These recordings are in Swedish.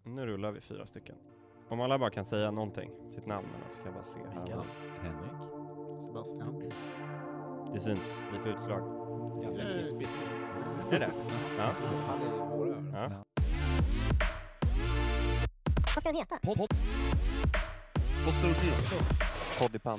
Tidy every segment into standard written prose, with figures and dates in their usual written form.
Nu rullar vi 4 stycken. Om alla bara kan säga någonting, sitt namn, så ska jag bara se här. Mikael. Henrik. Sebastian. Det syns, vi får utslag. Ganska Yay. krispigt. Är det? Ja. Han är i våra öron. Ja. Vad ska den heta? Vad ska du heta? Podd i panna.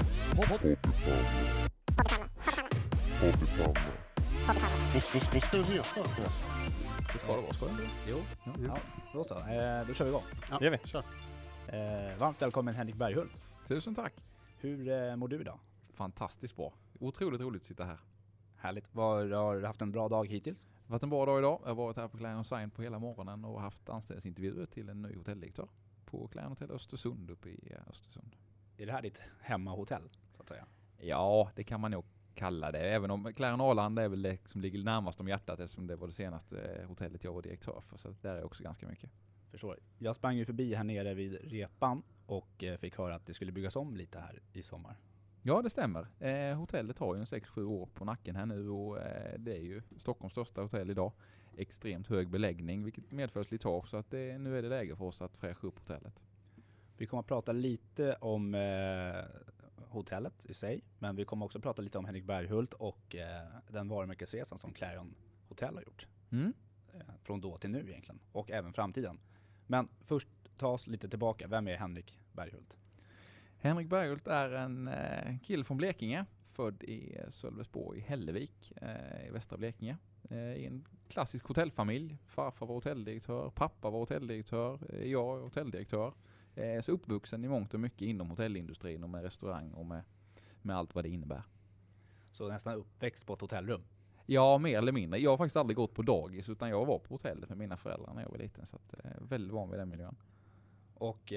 Vad ska du heta? Det ska det vara, ska det inte? Jo. Ja, då så. Då kör vi igång. Det gör vi. Kör. Varmt välkommen Henrik Berghult. Tusen tack. Hur mår du idag? Fantastiskt bra. Otroligt roligt att sitta här. Härligt. Har du haft en bra dag hittills? Det har varit en bra dag idag. Jag har varit här på Clarion Sign på hela morgonen och haft anställningsintervjuer till en ny hotelldirektör på Clarion Hotel Östersund uppe i Östersund. Är det här ditt hemmahotell, så att säga? Ja, det kan man nog kalla det. Även om Clarion Arlanda är väl det som ligger närmast om hjärtat eftersom det var det senaste hotellet jag var direktör för. Så där är också ganska mycket. Förstår. Jag sprang ju förbi här nere vid repan och fick höra att det skulle byggas om lite här i sommar. Ja, det stämmer. Hotellet har ju en 6-7 år på nacken här nu och det är ju Stockholms största hotell idag. Extremt hög beläggning vilket medför slitage så att nu är det läge för oss att fräscha upp hotellet. Vi kommer att prata lite om hotellet i sig, men vi kommer också att prata lite om Henrik Berghult och den varumärkesresan som Clarion Hotel har gjort. Från då till nu egentligen, och även framtiden. Men först ta oss lite tillbaka. Vem är Henrik Berghult? Henrik Berghult är en kille från Blekinge, född i Sölvesborg, Hällevik i västra Blekinge. I en klassisk hotellfamilj. Farfar var hotelldirektör, pappa var hotelldirektör, jag är hotelldirektör. Så uppvuxen i mångt och mycket inom hotellindustrin och med restaurang och med allt vad det innebär. Så nästan uppväxt på ett hotellrum. Ja, mer eller mindre. Jag har faktiskt aldrig gått på dagis utan jag var på hotellet med mina föräldrar när jag var liten. Så att, väldigt van vid den miljön. Och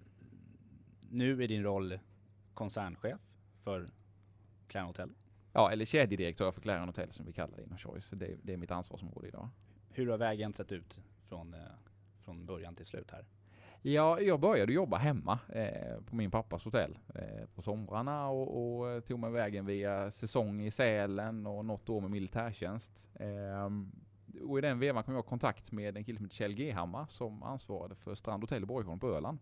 nu är din roll koncernchef för Clarion Hotel. Ja, eller kedjedirektör för Clarion Hotel som vi kallar det inom Choice. Det är mitt ansvarsområde idag. Hur har vägen sett ut från början till slut här? Ja, jag började jobba hemma på min pappas hotell på somrarna och tog mig vägen via säsong i Sälen och något år med militärtjänst. Och i den vevan kom jag i kontakt med en kille som heter Kjell Gehammar som ansvarade för Strand Hotel i Borgholm på Öland.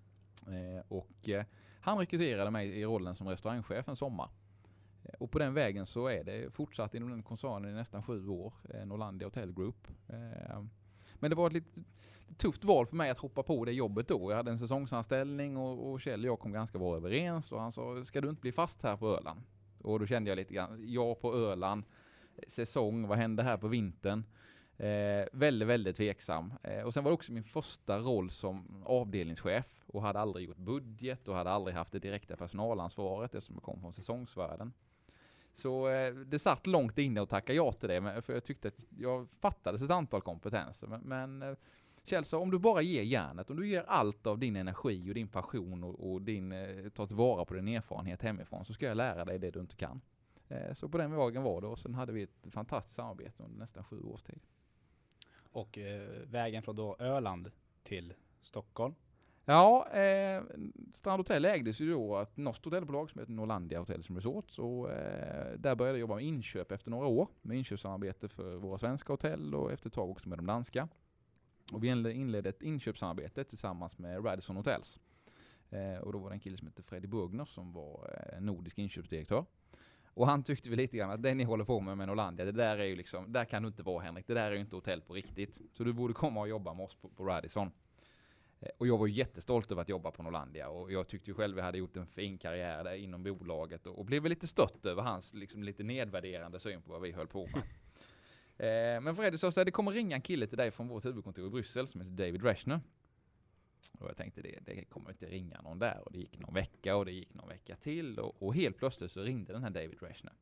Han rekryterade mig i rollen som restaurangchef en sommar. Och på den vägen så är det fortsatt inom den koncernen i nästan 7 år, Norlandia Hotel Group. Men det var ett lite tufft val för mig att hoppa på det jobbet då. Jag hade en säsongsanställning och Kjell och jag kom ganska bra överens. Och han sa, ska du inte bli fast här på Öland? Och då kände jag lite grann, ja på Öland, säsong, vad hände här på vintern? Väldigt, väldigt tveksam. Och sen var det också min första roll som avdelningschef och hade aldrig gjort budget och hade aldrig haft det direkta personalansvaret eftersom jag kom från säsongsvärlden. Så det satt långt inne att tacka ja till det för jag tyckte att jag fattades ett antal kompetenser. Men Kjell sa, om du bara ger järnet, om du ger allt av din energi och din passion och tar tillvara på din erfarenhet hemifrån så ska jag lära dig det du inte kan. Så på den vägen var det och sen hade vi ett fantastiskt samarbete under nästan 7 års tid. Och vägen från då Öland till Stockholm? Ja, Strand Hotel ägdes ju då ett norskt hotellbolag som heter Norlandia Hotels Resorts och där började jag jobba med inköp efter några år med inköpssamarbete för våra svenska hotell och efter ett tag också med de danska. Och vi inledde ett inköpssamarbete tillsammans med Radisson Hotels. Och då var det en kille som heter Freddy Burgner som var nordisk inköpsdirektör. Och han tyckte väl lite grann att det ni håller på med Norlandia, det där är ju liksom, där kan du inte vara Henrik, det där är ju inte hotell på riktigt. Så du borde komma och jobba med oss på Radisson. Och jag var ju jättestolt över att jobba på Norlandia och jag tyckte ju själv att jag hade gjort en fin karriär där inom bolaget och blev väl lite stött över hans liksom lite nedvärderande syn på vad vi höll på med. Men Freddy sa att det kommer ringa en kille till dig från vårt huvudkontor i Bryssel som heter David Reschner. Och jag tänkte det kommer inte ringa någon där och det gick någon vecka och det gick någon vecka till och helt plötsligt så ringde den här David Reschner.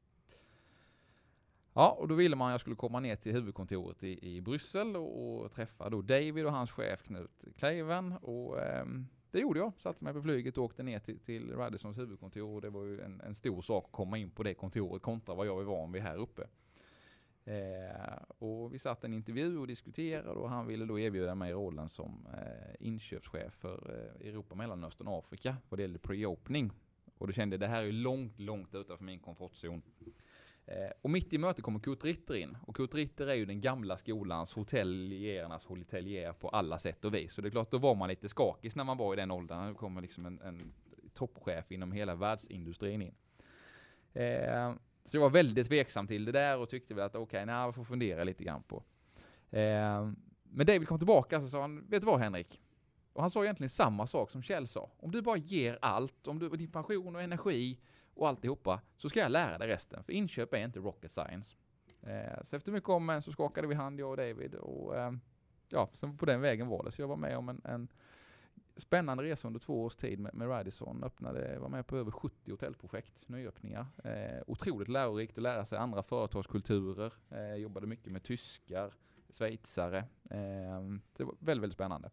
Ja, och då ville man att jag skulle komma ner till huvudkontoret i Bryssel och träffa då David och hans chef Knut Kleiven och det gjorde jag. Satte mig på flyget och åkte ner till Radissons huvudkontor och det var ju en stor sak att komma in på det kontoret kontra vad jag var van vid här uppe. Och vi satt en intervju och diskuterade och han ville då erbjuda mig rollen som inköpschef för Europa, Mellanöstern och Afrika vad det gällde pre-opening. Och då kände jag det här är långt utanför min komfortzon. Och mitt i mötet kommer Kurt Ritter in. Och Kurt Ritter är ju den gamla skolans hotellierer på alla sätt och vis. Så det är klart, då var man lite skakig när man var i den åldern. Det kommer liksom en toppchef inom hela världsindustrin in. Så jag var väldigt tveksam till det där och tyckte väl att jag får fundera lite grann på. Men David kom tillbaka och sa han, vet du vad Henrik? Och han sa egentligen samma sak som Kjell sa. Om du bara ger allt, om du din passion och energi och alltihopa, så ska jag lära dig resten. För inköp är inte rocket science. Så efter mycket om så skakade vi hand, jag och David. Och sen på den vägen var det. Så jag var med om en spännande resa under 2 års tid med Radisson. Var med på över 70 hotellprojekt, nyöppningar. Otroligt lärorikt att lära sig andra företagskulturer. Jobbade mycket med tyskar, schweizare. Det var väldigt, väldigt spännande.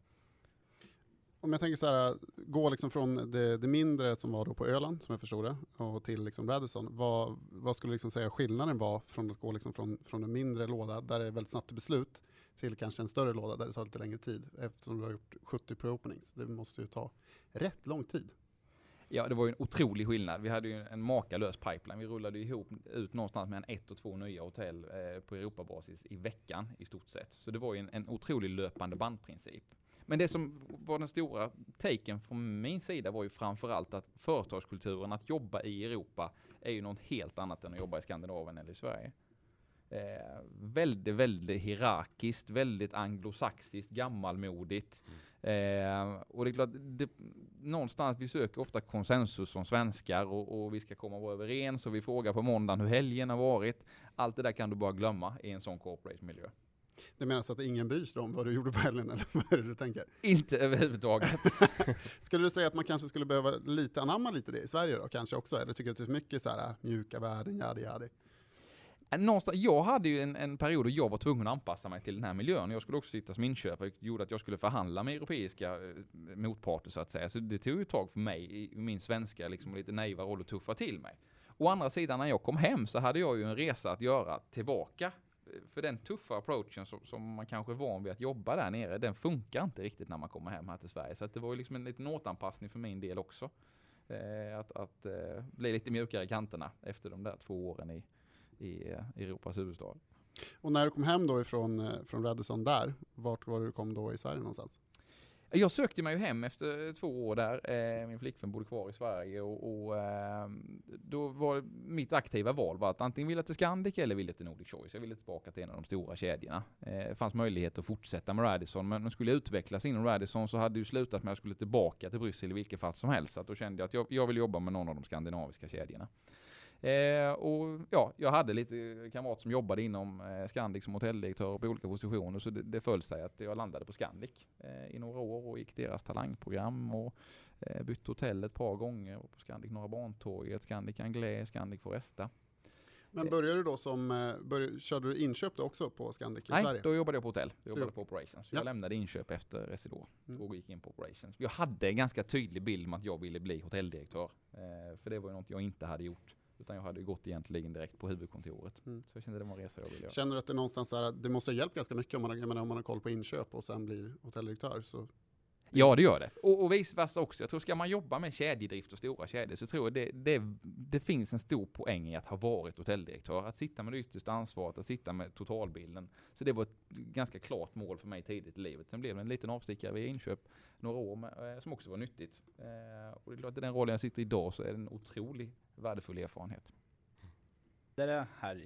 Om jag tänker så här, gå liksom från det mindre som var då på Öland, som jag förstod det, och till liksom Radisson. Vad skulle liksom säga skillnaden var från att gå liksom från en mindre låda där det är väldigt snabbt beslut till kanske en större låda där det tar lite längre tid, eftersom du har gjort 70 pre-openings. Det måste ju ta rätt lång tid. Ja, det var ju en otrolig skillnad. Vi hade ju en makalös pipeline. Vi rullade ihop ut någonstans mellan 1 och 2 nya hotell på Europabasis i veckan i stort sett. Så det var ju en otrolig löpande bandprincip. Men det som var den stora taken från min sida var ju framförallt att företagskulturen, att jobba i Europa, är ju något helt annat än att jobba i Skandinavien eller i Sverige. Väldigt, väldigt hierarkiskt, väldigt anglosaxiskt, gammalmodigt. Och det är klart, någonstans vi söker ofta konsensus som svenskar och vi ska komma överens och vi frågar på måndagen hur helgen har varit. Allt det där kan du bara glömma i en sån corporate-miljö. Det menas att ingen bryr sig om vad du gjorde på helgen, eller vad är det du tänker? Inte överhuvudtaget. Skulle du säga att man kanske skulle behöva anamma lite det i Sverige då kanske också? Eller tycker du att det är för mycket så här mjuka värden, jadi? Någonstans, jag hade ju en period då jag var tvungen att anpassa mig till den här miljön. Jag skulle också sitta som inköpare, vilket gjorde att jag skulle förhandla med europeiska motparter så att säga. Så det tog ju ett tag för mig i min svenska liksom, lite naiva roll att tuffa till mig. Å andra sidan, när jag kom hem så hade jag ju en resa att göra tillbaka. För den tuffa approachen som man kanske är van vid att jobba där nere, den funkar inte riktigt när man kommer hem här till Sverige. Så att det var ju liksom en liten återanpassning för min del också. Att bli lite mjukare i kanterna efter de där 2 åren i Europas huvudstad. Och när du kom hem då från Radisson där, vart var du kom då i Sverige någonstans? Jag sökte mig ju hem efter 2 år där. Min flickvän bodde kvar i Sverige och då var mitt aktiva val var att antingen ville till Scandic eller ville till Nordic Choice. Jag ville tillbaka till en av de stora kedjorna. Det fanns möjlighet att fortsätta med Radisson, men skulle jag utvecklas inom Radisson så hade det ju slutat med att jag skulle tillbaka till Bryssel i vilket fall som helst. Så att då kände jag att jag vill jobba med någon av de skandinaviska kedjorna. Jag hade lite kamrater som jobbade inom Scandic som hotelldirektör på olika positioner, så det föll sig att jag landade på Scandic i några år och gick deras talangprogram och bytte hotell ett par gånger och på Scandic Norra Bantorget, Scandic Anglais, Scandic Foresta. Men började du då körde du inköp då också på Scandic i Sverige? Nej, då jobbade jag på hotell. Jag jobbade på operations. Jag lämnade inköp efter Residor och gick in på operations. Jag hade en ganska tydlig bild om att jag ville bli hotelldirektör. För det var ju något jag inte hade gjort. Utan jag hade gått egentligen direkt på huvudkontoret. Så jag kände det var en resa jag ville göra. Känner du att det någonstans där, det måste ha hjälpt ganska mycket om man har koll på inköp och sen blir hotelldirektör? Så... Ja, det gör det. Och vice versa också. Jag tror ska man jobba med kedjedrift och stora kedjor så tror jag det finns en stor poäng i att ha varit hotelldirektör. Att sitta med det yttersta ansvaret, att sitta med totalbilden. Så det var ett ganska klart mål för mig tidigt i livet. Sen blev det en liten avstickare vid inköp några år som också var nyttigt. Och det är klart att den rollen jag sitter idag så är det en otroligt värdefull erfarenhet. Det är här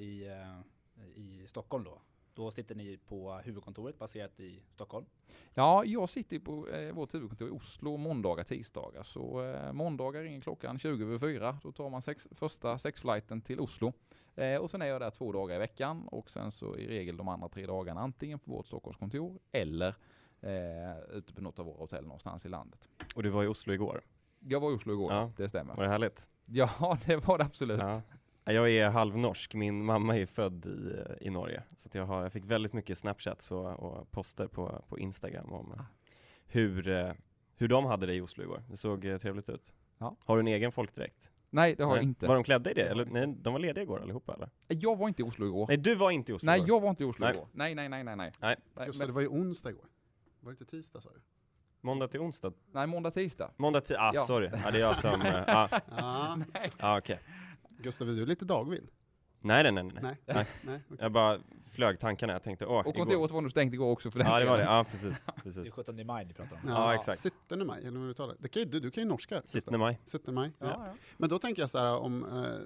i Stockholm då. Då sitter ni på huvudkontoret baserat i Stockholm? Ja, jag sitter på vårt huvudkontor i Oslo måndagar, tisdagar. Så måndagar ringer klockan 20:04. Då tar man första 6-flighten till Oslo. Och sen är jag där 2 dagar i veckan. Och sen så i regel de andra 3 dagarna antingen på vårt Stockholmskontor eller ute på något av våra hotell någonstans i landet. Och du var i Oslo igår? Jag var i Oslo igår, Ja. det stämmer. Var det härligt? Ja, det var det absolut. Ja. Jag är halvnorsk, min mamma är född i Norge. Så att jag fick väldigt mycket Snapchats och poster på Instagram om hur de hade det i Oslo igår. Det såg trevligt ut. Ja. Har du en egen folkdräkt? Nej, det har jag inte. Var de klädda i det? Eller, nej, de var lediga igår allihopa eller? Jag var inte i Oslo igår. Nej, du var inte i Oslo Nej, igår. jag var inte i Oslo Nej. igår. Nej. Just det, det var ju onsdag igår. Var det inte tisdag sa du? Måndag till onsdag? Nej, måndag, tisdag. Måndag till, sorry. Ja, det är jag som, Ja. okej. Gustav, är du lite dagvill? Nej, Nej. okej. Jag bara flög tankarna, jag tänkte Och kontoret var nog stängt igår också för den. Ja, det var det. Ja, Det är precis. 17 maj ni pratar om. Ja, exakt. 17 maj, eller hur du talar. Du kan ju norska. 17 maj. 17 maj. Ja. Ja. Men då tänker jag så här om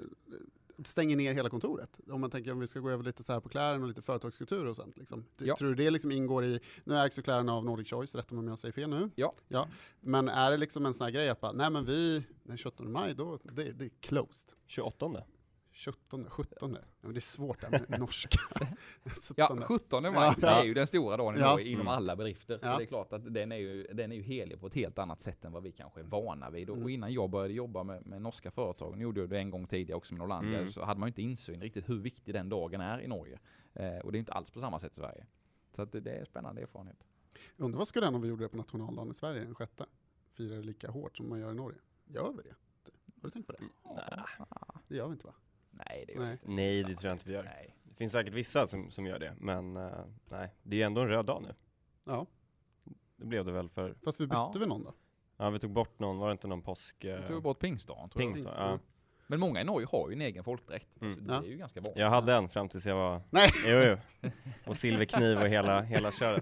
stänger ner hela kontoret. Om man tänker om vi ska gå över lite så här på klären och lite företagskultur och sånt. Liksom. Ja. Tror du det liksom ingår i, nu ägs ju kläderna av Nordic Choice, rätta mig om jag säger fel nu. Ja. Men är det liksom en sån här grej att bara, nej men den 17 maj, då, det är closed. 28. 17. Ja, men det är svårt där med norska. 17. Ja, 17 maj Ja. är ju den stora dagen Ja. inom alla bedrifter. Ja. Så det är klart att den är ju helig på ett helt annat sätt än vad vi kanske är vana vid. Och innan jag började jobba med norska företag, gjorde jag det en gång tidigare också med Norlandia, så hade man ju inte insyn riktigt hur viktig den dagen är i Norge. Och det är inte alls på samma sätt i Sverige. Så att det är en spännande erfarenhet. Undrar vad skulle hända om vi gjorde det på nationaldagen i Sverige den 6? Firar det lika hårt som man gör i Norge? Gör vi det? Har du tänkt på det? Det gör vi inte va? Nej, det gör Nej. inte. Nej, det tror jag inte vi gör. Nej. Det finns säkert vissa som gör det, men nej. Det är ju ändå en röd dag nu. Ja, Det blev det väl för... fast vi bytte väl någon då? Ja, vi tog bort någon, var det inte någon påsk... Jag tror bort pingstdagen, tror jag. Pingst, ja. Men många i Norge har ju en egen folkdräkt. Mm. Så det är ju ganska vanligt. Jag hade en fram tills jag var... Nej! Jo. Och silverkniv och hela köret.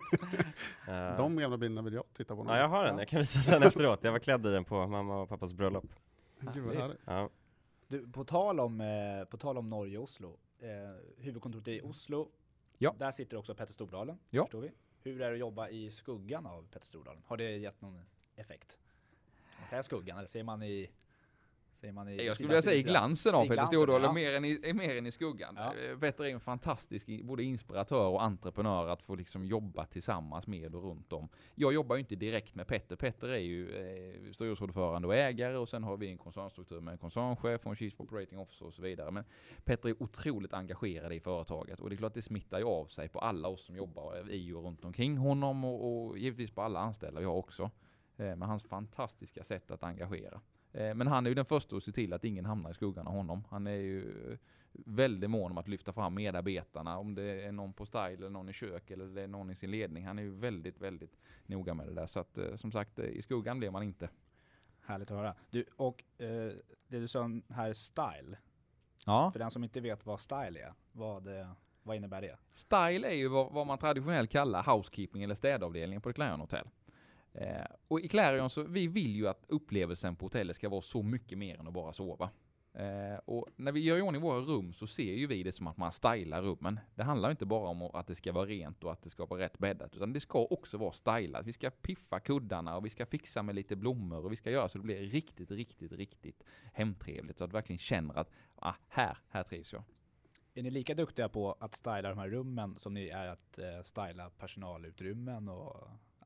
De gamla bilderna vill jag titta på. Ja, jag har den. Jag kan visa sen efteråt. Jag var klädd i den på mamma och pappas bröllop. Gud vad härligt. Ja. Du, på tal om Norge och Oslo. Huvudkontoret är i Oslo. Ja. Där sitter också Petter Stordalen. Ja. Förstår vi. Hur är det att jobba i skuggan av Petter Stordalen? Har det gett någon effekt? Kan man säga skuggan eller säger man i Jag skulle vilja säga i glansen av I Petter glansen, Stordalen, ja. mer än i skuggan. Ja. Petter är en fantastisk både inspiratör och entreprenör att få liksom jobba tillsammans med och runt om. Jag jobbar ju inte direkt med Petter. Petter är ju styrelseordförande och ägare och sen har vi en koncernstruktur med en koncernchef och en chief operating officer och så vidare. Men Petter är otroligt engagerad i företaget och det är klart det smittar ju av sig på alla oss som jobbar i och runt omkring honom och givetvis på alla anställda vi har också. Med hans fantastiska sätt att engagera. Men han är ju den första att se till att ingen hamnar i skuggan av honom. Han är ju väldigt mån om att lyfta fram medarbetarna. Om det är någon på style eller någon i kök eller det är någon i sin ledning. Han är ju väldigt, väldigt noga med det där. Så att som sagt, i skuggan blir man inte. Härligt att höra. Du, och det du sa här style. Ja. För den som inte vet vad style är, vad innebär det? Style är ju vad man traditionellt kallar housekeeping eller städavdelningen på ett Clarion hotell. Och i Clarion så vi vill ju att upplevelsen på hotellet ska vara så mycket mer än att bara sova. Och när vi gör i ordning våra rum så ser ju vi det som att man stylar rummen. Det handlar inte bara om att det ska vara rent och att det ska vara rätt bäddat, utan det ska också vara stylat. Vi ska piffa kuddarna och vi ska fixa med lite blommor och vi ska göra så det blir riktigt, riktigt, riktigt hemtrevligt så att du verkligen känner att här trivs jag. Är ni lika duktiga på att styla de här rummen som ni är att styla personalutrymmen och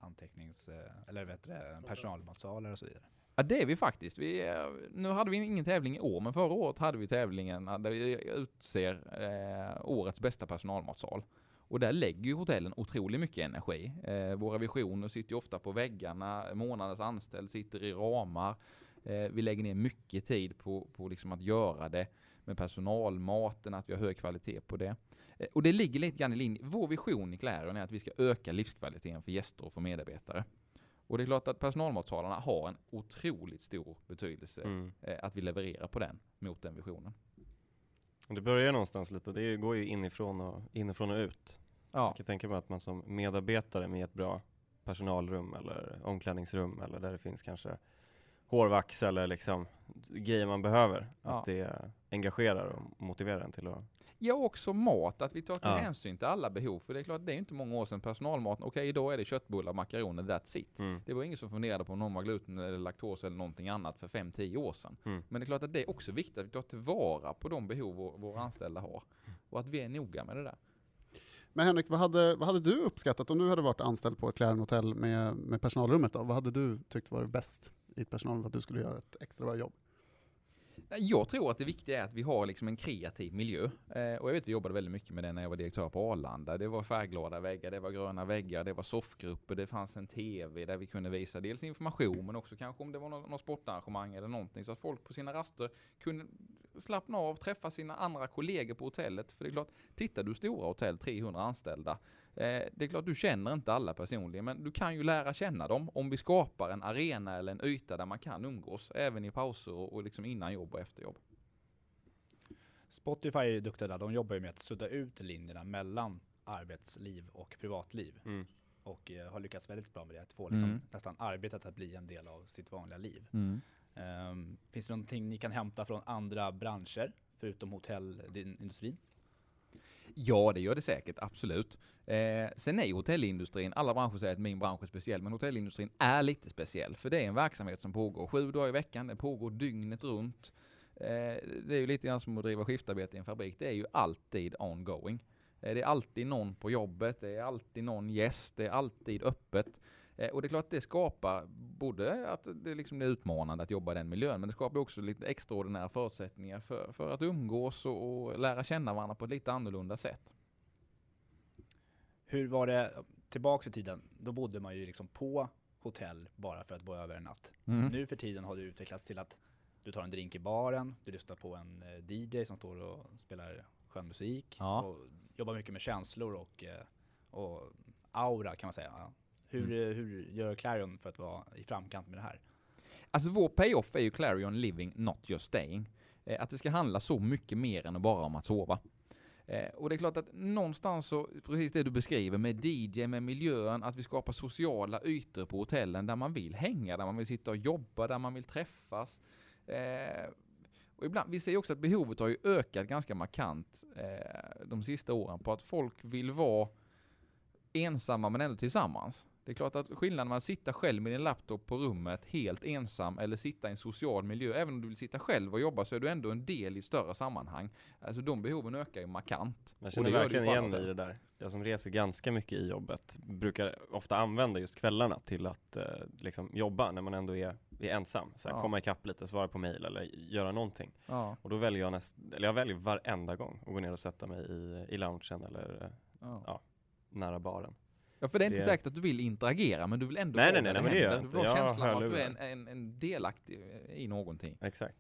personalmatsalar och så vidare? Ja, det är vi faktiskt. Nu hade vi ingen tävling i år, men förra året hade vi tävlingen där vi utser årets bästa personalmatsal. Och där lägger ju hotellen otroligt mycket energi. Våra visioner sitter ju ofta på väggarna, månadens anställd sitter i ramar. Vi lägger ner mycket tid på liksom att göra det med personalmaten, att vi har hög kvalitet på det. Och det ligger lite grann i linje. Vår vision i Clarion är att vi ska öka livskvaliteten för gäster och för medarbetare. Och det är klart att personalmatsalarna har en otroligt stor betydelse att vi levererar på den, mot den visionen. Det börjar någonstans lite, det går ju inifrån och ut. Ja. Jag kan tänka mig att man som medarbetare med ett bra personalrum eller omklädningsrum eller där det finns kanske hårvax eller liksom grejer man behöver. Ja. Att det engagerar och motiverar en till att... Ja, också mat. Att vi tar till hänsyn till alla behov. För det är klart, det är inte många år sedan personalmat. Okej, idag är det köttbullar, makaroner, that's it. Det var ingen som funderade på om någon var gluten eller laktos eller någonting annat för 5-10 år sedan. Men det är klart att det är också viktigt att vi tar tillvara på de behov våra anställda har. Och att vi är noga med det där. Men Henrik, vad hade du uppskattat om du hade varit anställd på ett Clarion hotell med personalrummet då? Vad hade du tyckt var bäst i ett personalrum för att du skulle göra ett extra bra jobb? Jag tror att det viktiga är att vi har liksom en kreativ miljö. Och jag vet att vi jobbade väldigt mycket med det när jag var direktör på Arlanda. Det var färgglada väggar, det var gröna väggar, det var soffgrupper, det fanns en tv där vi kunde visa dels information men också kanske om det var något sportarrangemang eller någonting. Så att folk på sina raster kunde slappna av, träffa sina andra kollegor på hotellet. För det är klart, tittar du stora hotell, 300 anställda. Det är klart du känner inte alla personligen, men du kan ju lära känna dem om vi skapar en arena eller en yta där man kan umgås även i pauser och liksom innan jobb och efter jobb. Spotify är ju duktiga där. De jobbar ju med att sudda ut linjerna mellan arbetsliv och privatliv. Och har lyckats väldigt bra med det. Att få liksom nästan arbetet att bli en del av sitt vanliga liv. Finns det någonting ni kan hämta från andra branscher förutom hotellindustrin? Ja, det gör det säkert, absolut. Sen är ju hotellindustrin, alla branscher säger att min bransch är speciell, men hotellindustrin är lite speciell. För det är en verksamhet som pågår 7 dagar i veckan, det pågår dygnet runt. Det är ju lite grann som att driva skiftarbete i en fabrik, det är ju alltid ongoing. Det är alltid någon på jobbet, det är alltid någon gäst, det är alltid öppet. Och det är klart att det skapar både att det liksom är utmanande att jobba i den miljön, men det skapar också lite extraordinära förutsättningar för att umgås och lära känna varandra på ett lite annorlunda sätt. Hur var det tillbaka i tiden? Då bodde man ju liksom på hotell bara för att bo över en natt. Nu för tiden har det utvecklats till att du tar en drink i baren, du lyssnar på en DJ som står och spelar skön musik och jobbar mycket med känslor och aura kan man säga. Hur gör Clarion för att vara i framkant med det här? Alltså vår payoff är ju Clarion living, not just staying. Att det ska handla så mycket mer än bara om att sova. Och det är klart att någonstans så, precis det du beskriver med DJ, med miljön, att vi skapar sociala ytor på hotellen där man vill hänga, där man vill sitta och jobba, där man vill träffas. Och ibland, vi ser också att behovet har ju ökat ganska markant de sista åren på att folk vill vara ensamma men ändå tillsammans. Det är klart att skillnaden mellan att sitta själv med din laptop på rummet helt ensam eller sitta i en social miljö, även om du vill sitta själv och jobba, så är du ändå en del i ett större sammanhang. Alltså de behoven ökar ju markant. Jag känner verkligen igen mig i det där. Jag som reser ganska mycket i jobbet brukar ofta använda just kvällarna till att liksom jobba när man ändå är ensam. Så här, komma ikapp lite, svara på mejl eller göra någonting. Och då väljer jag väljer varenda gång att gå ner och sätta mig i loungen eller nära baren. Ja, för det är inte säkert att du vill interagera, men du vill ändå nej, men det gör jag inte. Du har känslan av att du är en delaktig i någonting. Exakt.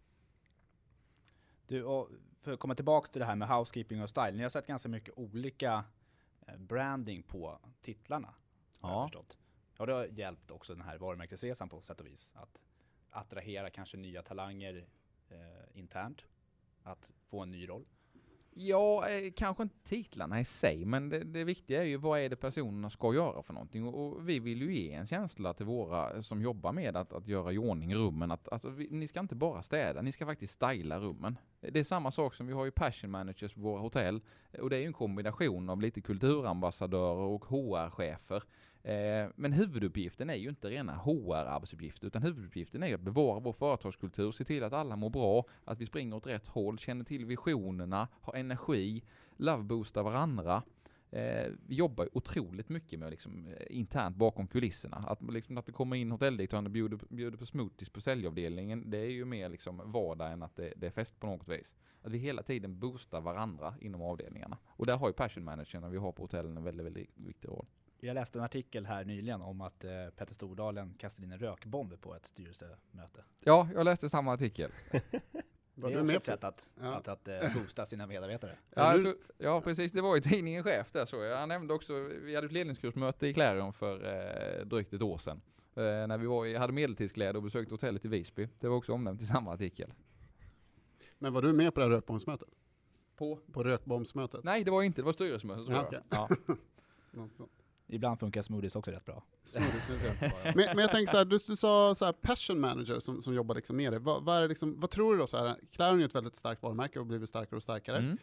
Du, och för att komma tillbaka till det här med housekeeping och style. Ni har sett ganska mycket olika branding på titlarna. Har jag förstått. Och det har hjälpt också den här varumärkesresan på sätt och vis. Att attrahera kanske nya talanger internt. Att få en ny roll. Ja, kanske inte titlarna i sig, men det viktiga är ju vad är det personerna ska göra för någonting. Och vi vill ju ge en känsla till våra som jobbar med att göra i ordning rummen. Ni ska inte bara städa, ni ska faktiskt styla rummen. Det är samma sak som vi har ju passion managers på våra hotell. Och det är ju en kombination av lite kulturambassadörer och HR-chefer. Men huvuduppgiften är ju inte rena HR-arbetsuppgifter, utan huvuduppgiften är att bevara vår företagskultur, se till att alla mår bra, att vi springer åt rätt håll, känner till visionerna, har energi, loveboostar varandra. Vi jobbar otroligt mycket med liksom, internt bakom kulisserna. Att det kommer in hotelldirektören och bjuder på smoothies på säljavdelningen, det är ju mer liksom vardag än att det är fest på något vis. Att vi hela tiden boostar varandra inom avdelningarna. Och där har ju passion managern vi har på hotellen en väldigt, väldigt viktig roll. Jag läste en artikel här nyligen om att Petter Stordalen kastade in en rökbomb på ett styrelsemöte. Ja, jag läste samma artikel. Det är också ett sätt att boosta sina medarbetare. Ja, precis. Det var ju tidningen Chef där så. Han nämnde också, vi hade ett ledningskursmöte i Clarion för drygt ett år sedan. När vi hade medeltidskläder och besökte hotellet i Visby. Det var också omnämnt i samma artikel. Men var du med på det här rökbombsmötet? På rökbombsmötet? Nej, det var inte. Det var styrelsemötet. Okay. Ja. Ibland funkar smoothies också rätt bra. Men jag tänker så här, du sa så här passion manager som jobbar liksom med det. Vad tror du då så här? Clarion är ett väldigt starkt varumärke och blivit starkare och starkare.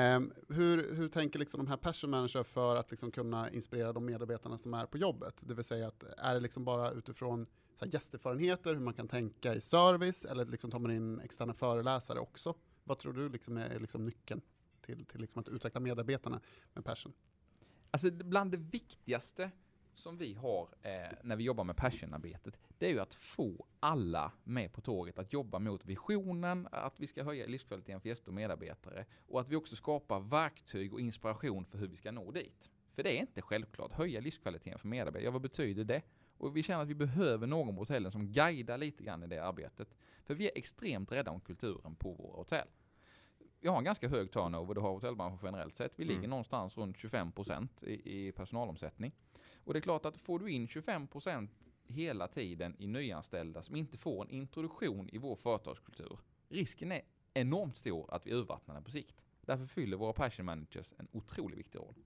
Hur tänker liksom de här passion manager för att liksom kunna inspirera de medarbetarna som är på jobbet? Det vill säga att är det liksom bara utifrån så här gästerfarenheter, hur man kan tänka i service, eller liksom tar man in externa föreläsare också? Vad tror du liksom är liksom nyckeln till liksom att utveckla medarbetarna med passion? Alltså bland det viktigaste som vi har när vi jobbar med passionarbetet, det är ju att få alla med på tåget att jobba mot visionen, att vi ska höja livskvaliteten för gäster och medarbetare och att vi också skapar verktyg och inspiration för hur vi ska nå dit. För det är inte självklart, höja livskvaliteten för medarbetare. Ja, vad betyder det? Och vi känner att vi behöver någon på hotellen som guidar lite grann i det arbetet. För vi är extremt rädda om kulturen på våra hotell. Vi har en ganska hög turnover, det har hotellbranschen generellt sett. Vi ligger någonstans runt 25% i personalomsättning. Och det är klart att får du in 25% hela tiden i nyanställda som inte får en introduktion i vår företagskultur, risken är enormt stor att vi urvattnar den på sikt. Därför fyller våra passion managers en otroligt viktig roll.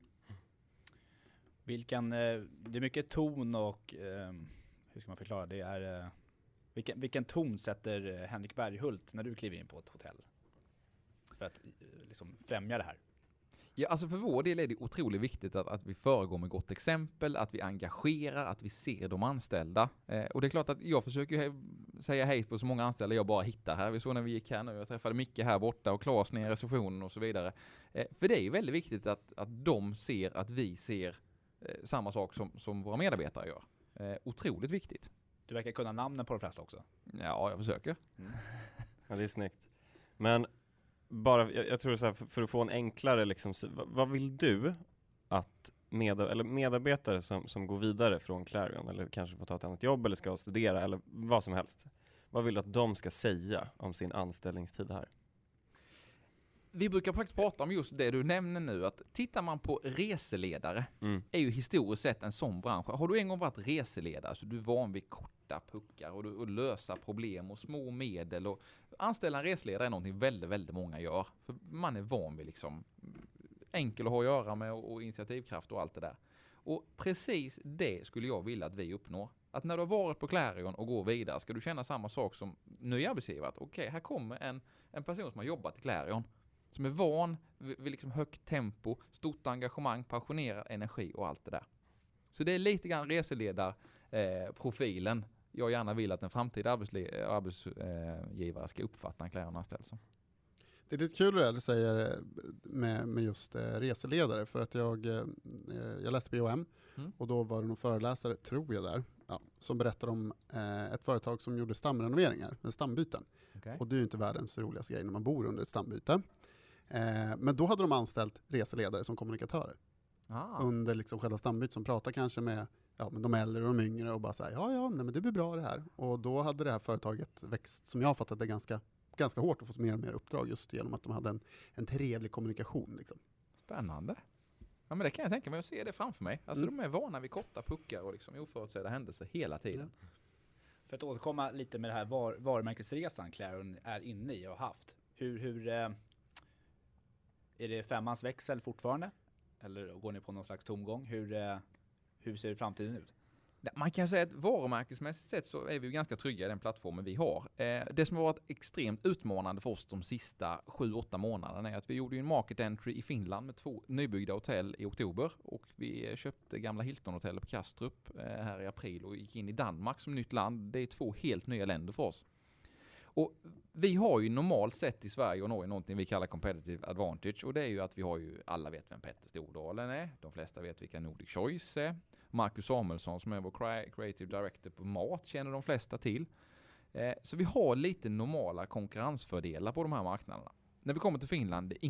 Det är mycket ton och hur ska man förklara det är vilken ton sätter Henrik Berghult när du kliver in på ett hotell för att liksom främja det här? Ja, alltså för vår del är det otroligt viktigt att vi föregår med gott exempel, att vi engagerar, att vi ser de anställda. Och det är klart att jag försöker säga hej på så många anställda jag bara hittar här. Vi såg när vi gick här nu, jag träffade Micke här borta och Claes ner i receptionen och så vidare. För det är ju väldigt viktigt att de ser att vi ser samma sak som våra medarbetare gör. Otroligt viktigt. Du verkar kunna namnen på de flesta också. Ja, jag försöker. Ja, det är snyggt. Men bara, jag tror så här, för att få en enklare liksom, vad vill du att medarbetare som går vidare från Clarion eller kanske får ta ett annat jobb eller ska studera eller vad som helst, vad vill du att de ska säga om sin anställningstid här? Vi brukar faktiskt prata om just det du nämner nu, att tittar man på reseledare är ju historiskt sett en sån bransch. Har du en gång varit reseledare så du är van vid korta puckar och lösa problem och små medel, och anställa en reseledare är någonting väldigt, väldigt många gör. För man är van vid liksom enkel att ha att göra med och initiativkraft och allt det där. Och precis det skulle jag vilja att vi uppnår. Att när du har varit på Clarion och går vidare ska du känna samma sak som ny arbetsgivare. Okej, här kommer en person som har jobbat i Clarion, som är van vid liksom högt tempo, stort engagemang, passionerad energi och allt det där. Så det är lite grann reseledar-profilen jag gärna vill att en framtida arbetsgivare ska uppfatta en Clarion-anställd som. Det är lite kul det du säger med just reseledare, för att jag läste på IOM och då var det någon föreläsare, tror jag där, som berättade om ett företag som gjorde stamrenoveringar, med stambyten. Okay. Och det är ju inte världens roligaste grej när man bor under ett stambyte. Men då hade de anställt reseledare som kommunikatörer. Under liksom själva stambytet, som pratar kanske med de äldre och de yngre och bara säger nej, men det blir bra det här. Och då hade det här företaget växt, som jag har fattat det, ganska hårt och fått mer och mer uppdrag just genom att de hade en trevlig kommunikation. Liksom. Spännande. Ja, men det kan jag tänka mig, att se det framför mig. Alltså de är vana vid korta puckar och liksom oförutsedda händelser hela tiden. För att återkomma lite med det här varumärkesresan Clarion är inne i och har haft. Hur är det 5:ans växel fortfarande? Eller går ni på någon slags tomgång? Hur ser framtiden ut? Man kan säga att varumärkesmässigt sett så är vi ju ganska trygga i den plattformen vi har. Det som har varit extremt utmanande för oss de sista 7-8 månaderna är att vi gjorde en market entry i Finland med 2 nybyggda hotell i oktober, och vi köpte gamla Hilton-hotellet på Kastrup här i april och gick in i Danmark som nytt land. Det är 2 helt nya länder för oss. Och vi har ju normalt sett i Sverige och Norge någonting vi kallar competitive advantage, och det är ju att vi har ju, alla vet vem Petter Stordalen är, de flesta vet vilka Nordic Choice är, Marcus Samuelsson som är vår creative director på mat känner de flesta till. Så vi har lite normala konkurrensfördelar på de här marknaderna. När vi kommer till Finland, det är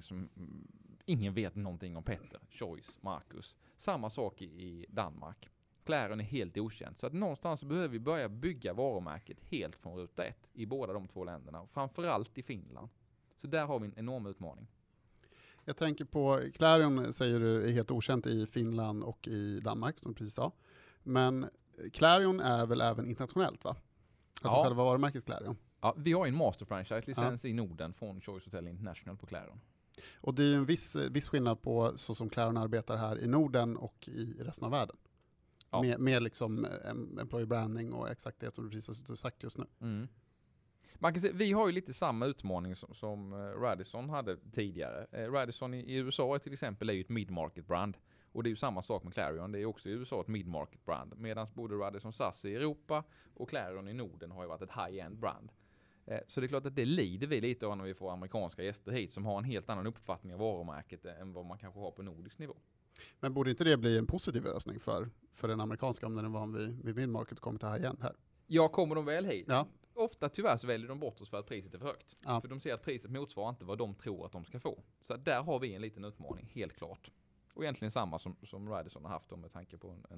ingen vet någonting om Petter, Choice, Marcus. Samma sak i Danmark. Clarion är helt okänt. Så att någonstans behöver vi börja bygga varumärket helt från ruta 1 i båda de 2 länderna. Och framförallt i Finland. Så där har vi en enorm utmaning. Jag tänker på, Clarion säger du är helt okänt i Finland och i Danmark som du precis sa. Men Clarion är väl även internationellt, va? Alltså själva varumärket Clarion. Ja, vi har en master franchise-licens i Norden från Choice Hotel International på Clarion. Och det är ju en viss skillnad på så som Clarion arbetar här i Norden och i resten av världen. Ja. Med liksom employee branding och exakt det som du precis har sagt just nu. Mm. Man kan säga, vi har ju lite samma utmaning som Radisson hade tidigare. Radisson i USA till exempel är ju ett mid-market brand. Och det är ju samma sak med Clarion. Det är också i USA ett mid-market brand. Medan både Radisson SAS i Europa och Clarion i Norden har ju varit ett high-end brand. Så det är klart att det lider vi lite av när vi får amerikanska gäster hit som har en helt annan uppfattning av varumärket än vad man kanske har på nordisk nivå. Men borde inte det bli en positiv lösning för den amerikanska om den är van vid mid-market kommer till high-end här? Ja, kommer de väl hit? Ja. Ofta tyvärr så väljer de bort oss för att priset är för högt. Ja. För de ser att priset motsvarar inte vad de tror att de ska få. Så där har vi en liten utmaning, helt klart. Och egentligen samma som Radisson har haft med tanke på en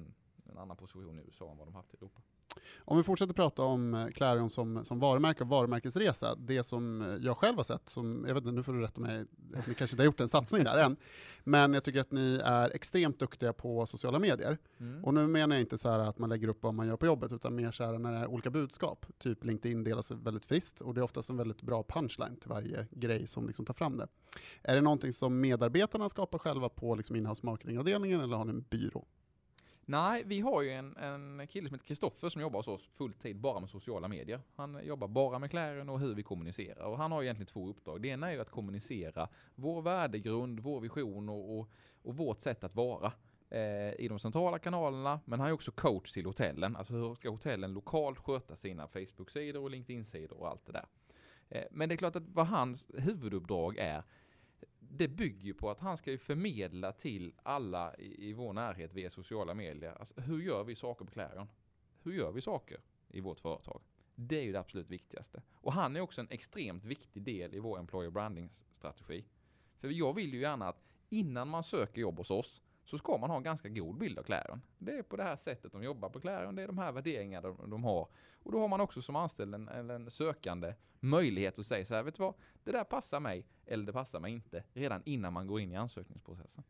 en annan position i USA än vad de haft i Europa. Om vi fortsätter prata om Clarion som varumärke och varumärkesresa, det som jag själv har sett, som, jag vet inte, nu får du rätta mig, att ni kanske inte har gjort en satsning där än, men jag tycker att ni är extremt duktiga på sociala medier. Och nu menar jag inte så här att man lägger upp vad man gör på jobbet, utan mer så här när det är olika budskap. Typ LinkedIn delas väldigt friskt, och det är oftast en väldigt bra punchline till varje grej som liksom tar fram det. Är det någonting som medarbetarna skapar själva på liksom in-house marketingavdelningen, eller har ni en byrå? Nej, vi har ju en kille som heter Kristoffer som jobbar hos oss fulltid bara med sociala medier. Han jobbar bara med Clarion och hur vi kommunicerar. Och han har egentligen 2 uppdrag. Det ena är ju att kommunicera vår värdegrund, vår vision och vårt sätt att vara i de centrala kanalerna. Men han är också coach till hotellen. Alltså hur ska hotellen lokalt sköta sina Facebook-sidor och LinkedIn-sidor och allt det där. Men det är klart att vad hans huvuduppdrag är, det bygger ju på att han ska ju förmedla till alla i vår närhet via sociala medier. Alltså, hur gör vi saker på Clarion? Hur gör vi saker i vårt företag? Det är ju det absolut viktigaste. Och han är också en extremt viktig del i vår employer branding-strategi. För jag vill ju gärna att innan man söker jobb hos oss så ska man ha en ganska god bild av Clarion. Det är på det här sättet de jobbar på Clarion. Det är de här värderingarna de har. Och då har man också som anställd en sökande möjlighet att säga så här, vet du vad? Det där passar mig eller det passar mig inte redan innan man går in i ansökningsprocessen.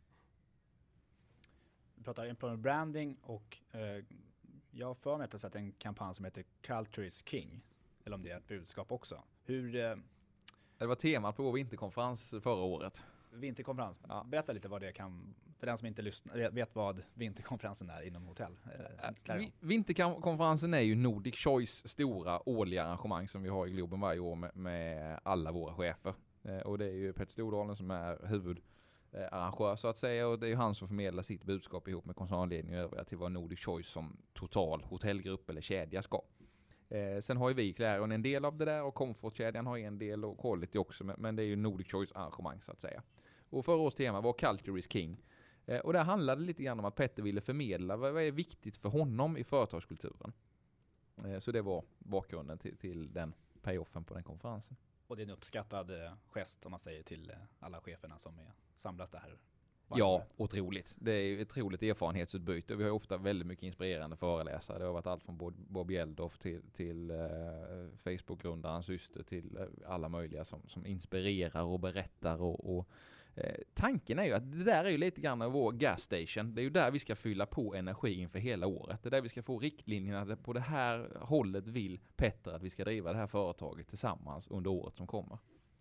Vi pratar employer branding och jag har för mig att jag sett en kampanj som heter Culture is King. Eller om det är ett budskap också. Det var temat på vår vinterkonferens förra året. Vinterkonferens. Ja. Berätta lite vad det kan, för den som inte vet vad vinterkonferensen är inom hotell. Vinterkonferensen är ju Nordic Choice stora årliga arrangemang som vi har i Globen varje år med alla våra chefer. Och det är ju Petter Stordalen som är huvudarrangör så att säga, och det är ju han som förmedlar sitt budskap ihop med koncernledningen och övriga till vad Nordic Choice som total hotellgrupp eller kedja ska. Sen har ju vi Clarion en del av det där och Comfort-kedjan har en del och Quality också, men det är ju Nordic Choice arrangemang så att säga. Och förra års tema var Culture is King. Och där handlade det lite grann om att Petter ville förmedla vad är viktigt för honom i företagskulturen. Så det var bakgrunden till den payoffen på den konferensen. Och det är en uppskattad gest om man säger till alla cheferna som samlas där. Ja, otroligt. Det är ju ett otroligt erfarenhetsutbyte. Vi har ofta väldigt mycket inspirerande föreläsare. Det har varit allt från Bob Geldof till Facebook-grundarens syster till alla möjliga som inspirerar och berättar. Och tanken är ju att det där är ju lite grann av vår gas station. Det är ju där vi ska fylla på energi inför hela året. Det är där vi ska få riktlinjerna. På det här hållet vill Petter att vi ska driva det här företaget tillsammans under året som kommer.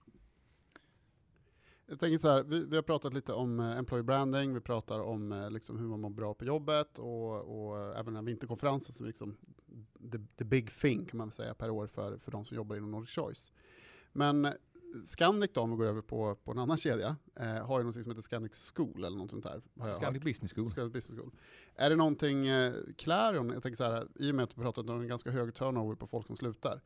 Jag tänker så här, vi har pratat lite om employee branding, vi pratar om liksom hur man mår bra på jobbet och även den här vinterkonferensen som är liksom the big thing kan man väl säga per år för de som jobbar inom Nordic Choice. Men Scandic då, om vi går över på en annan kedja, har ju något som heter Scandic School eller något sånt där. Scandic Business School. Scandic Business School. Är det någonting, Clarion, jag tänker så här, i och med att vi pratat om en ganska hög turnover på folk som slutar,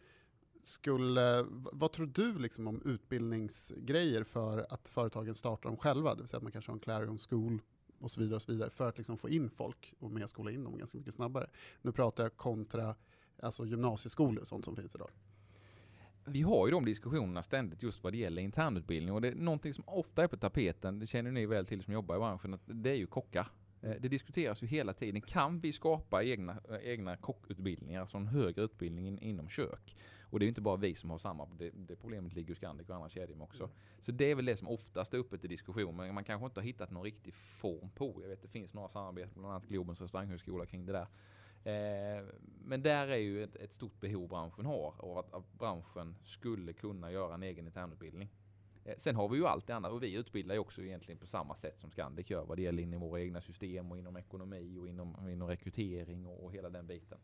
vad tror du liksom om utbildningsgrejer för att företagen startar dem själva? Det vill säga att man kanske har en Clarion School och så vidare för att liksom få in folk och med skola in dem ganska mycket snabbare. Nu pratar jag kontra alltså gymnasieskolor och sånt som finns idag. Vi har ju de diskussionerna ständigt just vad det gäller internutbildning och det är någonting som ofta är på tapeten, det känner ni väl till som jobbar i branschen, att det är ju kockar. Det diskuteras ju hela tiden. Kan vi skapa egna kockutbildningar, alltså en högre utbildning inom kök? Och det är ju inte bara vi som har samma, det problemet ligger ju Scandic och andra kedjor också. Så det är väl det som oftast är uppe till diskussion, men man kanske inte har hittat någon riktig form på. Jag vet det finns några samarbeten, bland annat Globens restauranghögskola kring det där. Men där är ju ett stort behov branschen har och att branschen skulle kunna göra en egen internutbildning. Sen har vi ju allt det andra och vi utbildar ju också egentligen på samma sätt som Scandic gör vad det gäller inom våra egna system och inom ekonomi och inom rekrytering och hela den biten.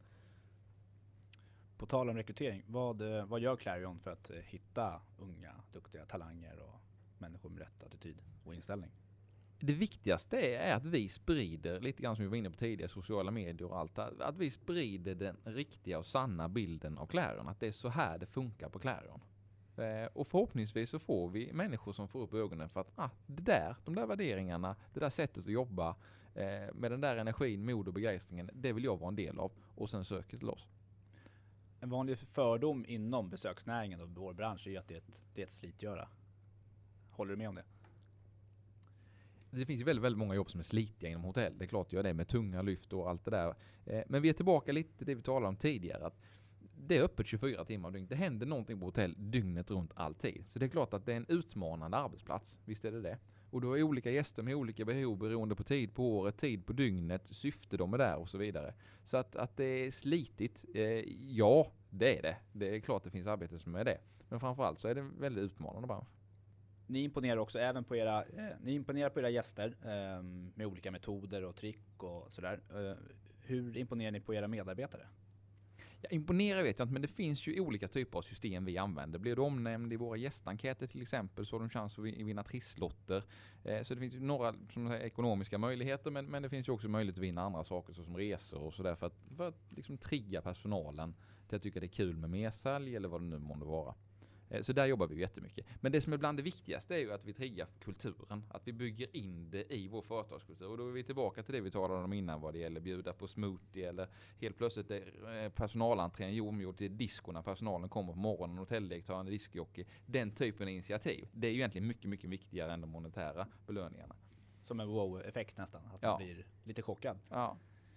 På tal om rekrytering, vad gör Clarion för att hitta unga, duktiga talanger och människor med rätt attityd och inställning? Det viktigaste är att vi sprider, lite grann som vi var inne på tidigare, sociala medier och allt, att vi sprider den riktiga och sanna bilden av Clarion. Att det är så här det funkar på Clarion. Och förhoppningsvis så får vi människor som får upp ögonen för att de där värderingarna, det där sättet att jobba med den där energin, mod och begeistraningen, det vill jag vara en del av och sen söker till oss. En vanlig fördom inom besöksnäringen och vår bransch är ju att det är ett slitgöra. Håller du med om det? Det finns ju väldigt, väldigt många jobb som är slitiga inom hotell. Det är klart jag det med tunga lyft och allt det där. Men vi är tillbaka lite till det vi talade om tidigare. Att det är öppet 24 timmar dygn. Det händer någonting på hotell dygnet runt alltid. Så det är klart att det är en utmanande arbetsplats. Visst är det det. Och då är olika gäster med olika behov beroende på tid på året, tid på dygnet, syfte de är där och så vidare. Så att det är slitigt, ja det är det. Det är klart det finns arbete som är det. Men framförallt så är det en väldigt utmanande bransch. Ni imponerar också även på era gäster med olika metoder och trick och sådär. Hur imponerar ni på era medarbetare? Jag imponerar vet jag inte, men det finns ju olika typer av system vi använder. Blir du omnämnd i våra gästenkäter till exempel så har de chans att vinna trisslotter. Så det finns ju några ekonomiska möjligheter, men det finns ju också möjlighet att vinna andra saker såsom resor och sådär för att liksom trigga personalen till att tycka det är kul med mersälj eller vad det nu måste vara. Så där jobbar vi jättemycket. Men det som är bland det viktigaste är ju att vi triggar kulturen. Att vi bygger in det i vår företagskultur. Och då är vi tillbaka till det vi talade om innan vad det gäller bjuda på smoothie eller helt plötsligt är personalentrén omgjord till disco när personalen kommer på morgonen och hotelldirektören är diskjockey. Den typen av initiativ. Det är ju egentligen mycket, mycket viktigare än de monetära belöningarna. Som en wow-effekt nästan. Att man blir lite chockad. Ja.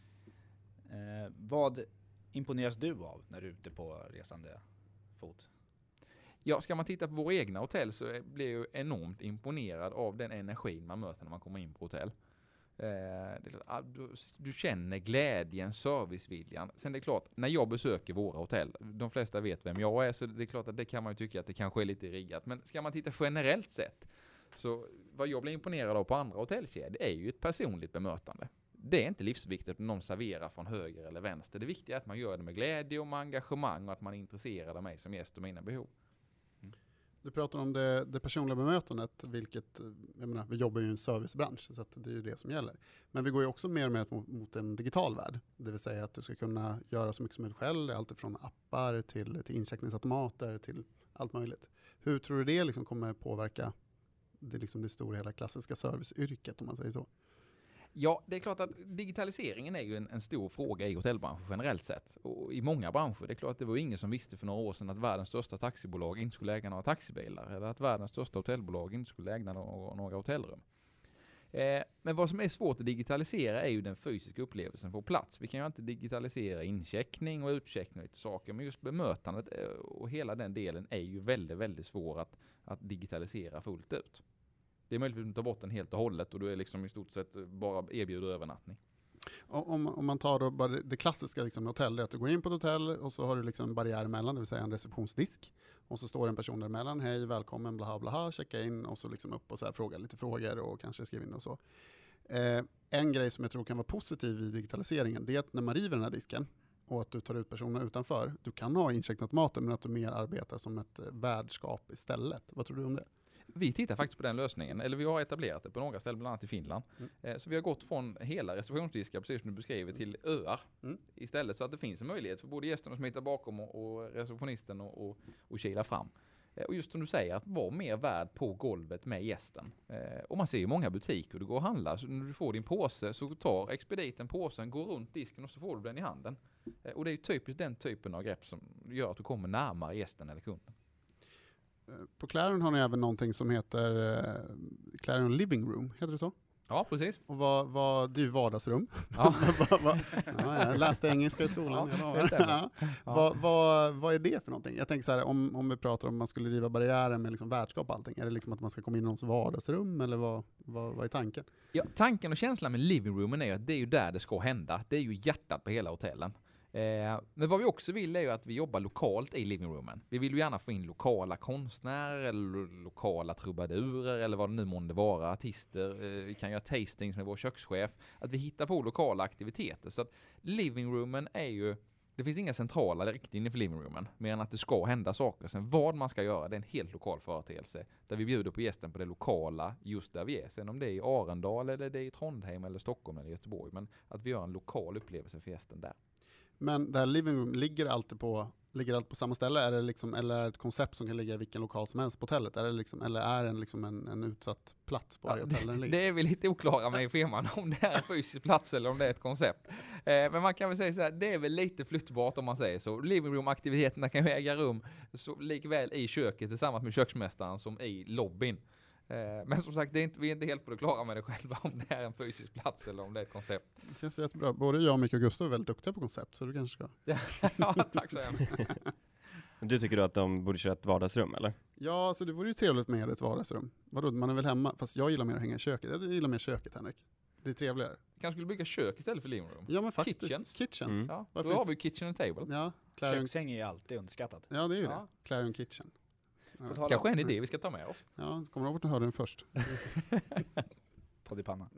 Vad imponeras du av när du är ute på resande fot? Ja, ska man titta på våra egna hotell så blir jag ju enormt imponerad av den energin man möter när man kommer in på hotell. Du känner glädjen, serviceviljan. Sen det är klart, när jag besöker våra hotell, de flesta vet vem jag är, så det är klart att det kan man ju tycka att det kanske är lite riggat. Men ska man titta generellt sett, så vad jag blir imponerad av på andra hotellkedjor är ju ett personligt bemötande. Det är inte livsviktigt om någon serverar från höger eller vänster. Det viktiga är att man gör det med glädje och med engagemang och att man är intresserad av mig som gäst och mina behov. Du pratar om det personliga bemötandet, vilket, jag menar, vi jobbar ju i en servicebransch så att det är ju det som gäller. Men vi går ju också mer och mer mot en digital värld. Det vill säga att du ska kunna göra så mycket som möjligt själv, allt från appar till incheckningsautomater till allt möjligt. Hur tror du det liksom kommer påverka det stora hela klassiska serviceyrket om man säger så? Ja, det är klart att digitaliseringen är ju en stor fråga i hotellbranschen generellt sett. Och i många branscher. Det är klart att det var ingen som visste för några år sedan att världens största taxibolag inte skulle äga några taxibilar. Eller att världens största hotellbolag inte skulle äga några hotellrum. Men vad som är svårt att digitalisera är ju den fysiska upplevelsen på plats. Vi kan ju inte digitalisera incheckning och utcheckning och lite saker. Men just bemötandet och hela den delen är ju väldigt, väldigt svår att digitalisera fullt ut. Det är möjligt att ta bort den helt och hållet och då är liksom i stort sett bara erbjuder övernattning. Om man tar då bara det klassiska liksom hotell, det är att du går in på ett hotell och så har du liksom en barriär emellan, det vill säga en receptionsdisk. Och så står en person där emellan, hej, välkommen, blaha blaha, checka in och så liksom upp och så här fråga lite frågor och kanske skriva in och så. En grej som jag tror kan vara positiv i digitaliseringen, det är att när man river den här disken och att du tar ut personerna utanför, du kan ha incheckningsautomater men att du mer arbetar som ett värdskap istället. Vad tror du om det? Vi tittar faktiskt på den lösningen, eller vi har etablerat det på några ställen, bland annat i Finland. Så vi har gått från hela receptionsdiskar, precis som du beskriver, till öar istället, så att det finns en möjlighet för både gästerna som hittar bakom och receptionisten och kila fram. Och just som du säger, att vara mer värd på golvet med gästen. Och man ser ju många butiker, du går och handlar, så när du får din påse så tar expediten påsen, går runt disken och så får du den i handen. Och det är ju typiskt den typen av grepp som gör att du kommer närmare gästen eller kunden. På Clarion har ni även någonting som heter Clarion Living Room, heter det så? Ja, precis. Och det är ju vardagsrum. Ja. Jag läste engelska i skolan. Vad är det för någonting? Jag tänker så här, om vi pratar om man skulle riva barriären med liksom värdskap och allting, är det liksom att man ska komma in i någons vardagsrum eller vad är tanken? Ja, tanken och känslan med living roomen är ju att det är ju där det ska hända. Det är ju hjärtat på hela hotellen. Men vad vi också vill är ju att vi jobbar lokalt i living roomen. Vi vill ju gärna få in lokala konstnärer eller lokala trubadurer eller vad det nu månde vara, artister. Vi kan göra tastings med vår kökschef. Att vi hittar på lokala aktiviteter. Så att living roomen är ju, det finns inga centrala riktlinjer för living roomen, mer än att det ska hända saker. Sen vad man ska göra, det är en helt lokal företeelse där vi bjuder på gästen på det lokala just där vi är. Sen om det är i Arendal eller det är i Trondheim eller Stockholm eller Göteborg, men att vi gör en lokal upplevelse för gästen där. Men det här living room ligger alltid på samma ställe? Är det liksom, eller är det ett koncept som kan ligga i vilken lokal som helst på hotellet? Är det liksom, eller är det liksom en utsatt plats på varje hotell? Det är vi lite oklara med i firman om det är en fysisk plats eller om det är ett koncept. Men man kan väl säga så här, det är väl lite flyttbart om man säger så. Living room-aktiviteterna kan ju äga rum så likväl i köket tillsammans med köksmästaren som i lobbyn. Men som sagt, vi är inte helt på det klara med det själva om det är en fysisk plats eller om det är ett koncept. Det känns jättebra. Både jag, Micke och Gustav är väldigt duktiga på koncept, så du kanske ska... Ja, tack så hemskt. Du tycker då att de borde köra ett vardagsrum, eller? Ja, alltså det vore ju trevligt med ett vardagsrum. Vadå, man är väl hemma? Fast jag gillar mer att hänga i köket. Jag gillar mer köket, Henrik. Det är trevligare. Kanske skulle bygga kök istället för living room. Ja, men faktiskt. Kitchens. Mm. Ja, Varför då har inte? vi kitchen and table. Ja, Clarion... Köksäng är ju alltid underskattat. Ja, det är ju Ja. det. Clarion Kitchen. På tal Kanske om en idé vi ska ta med oss. Ja, kommer du ihåg att du hörde den först? podd i panna.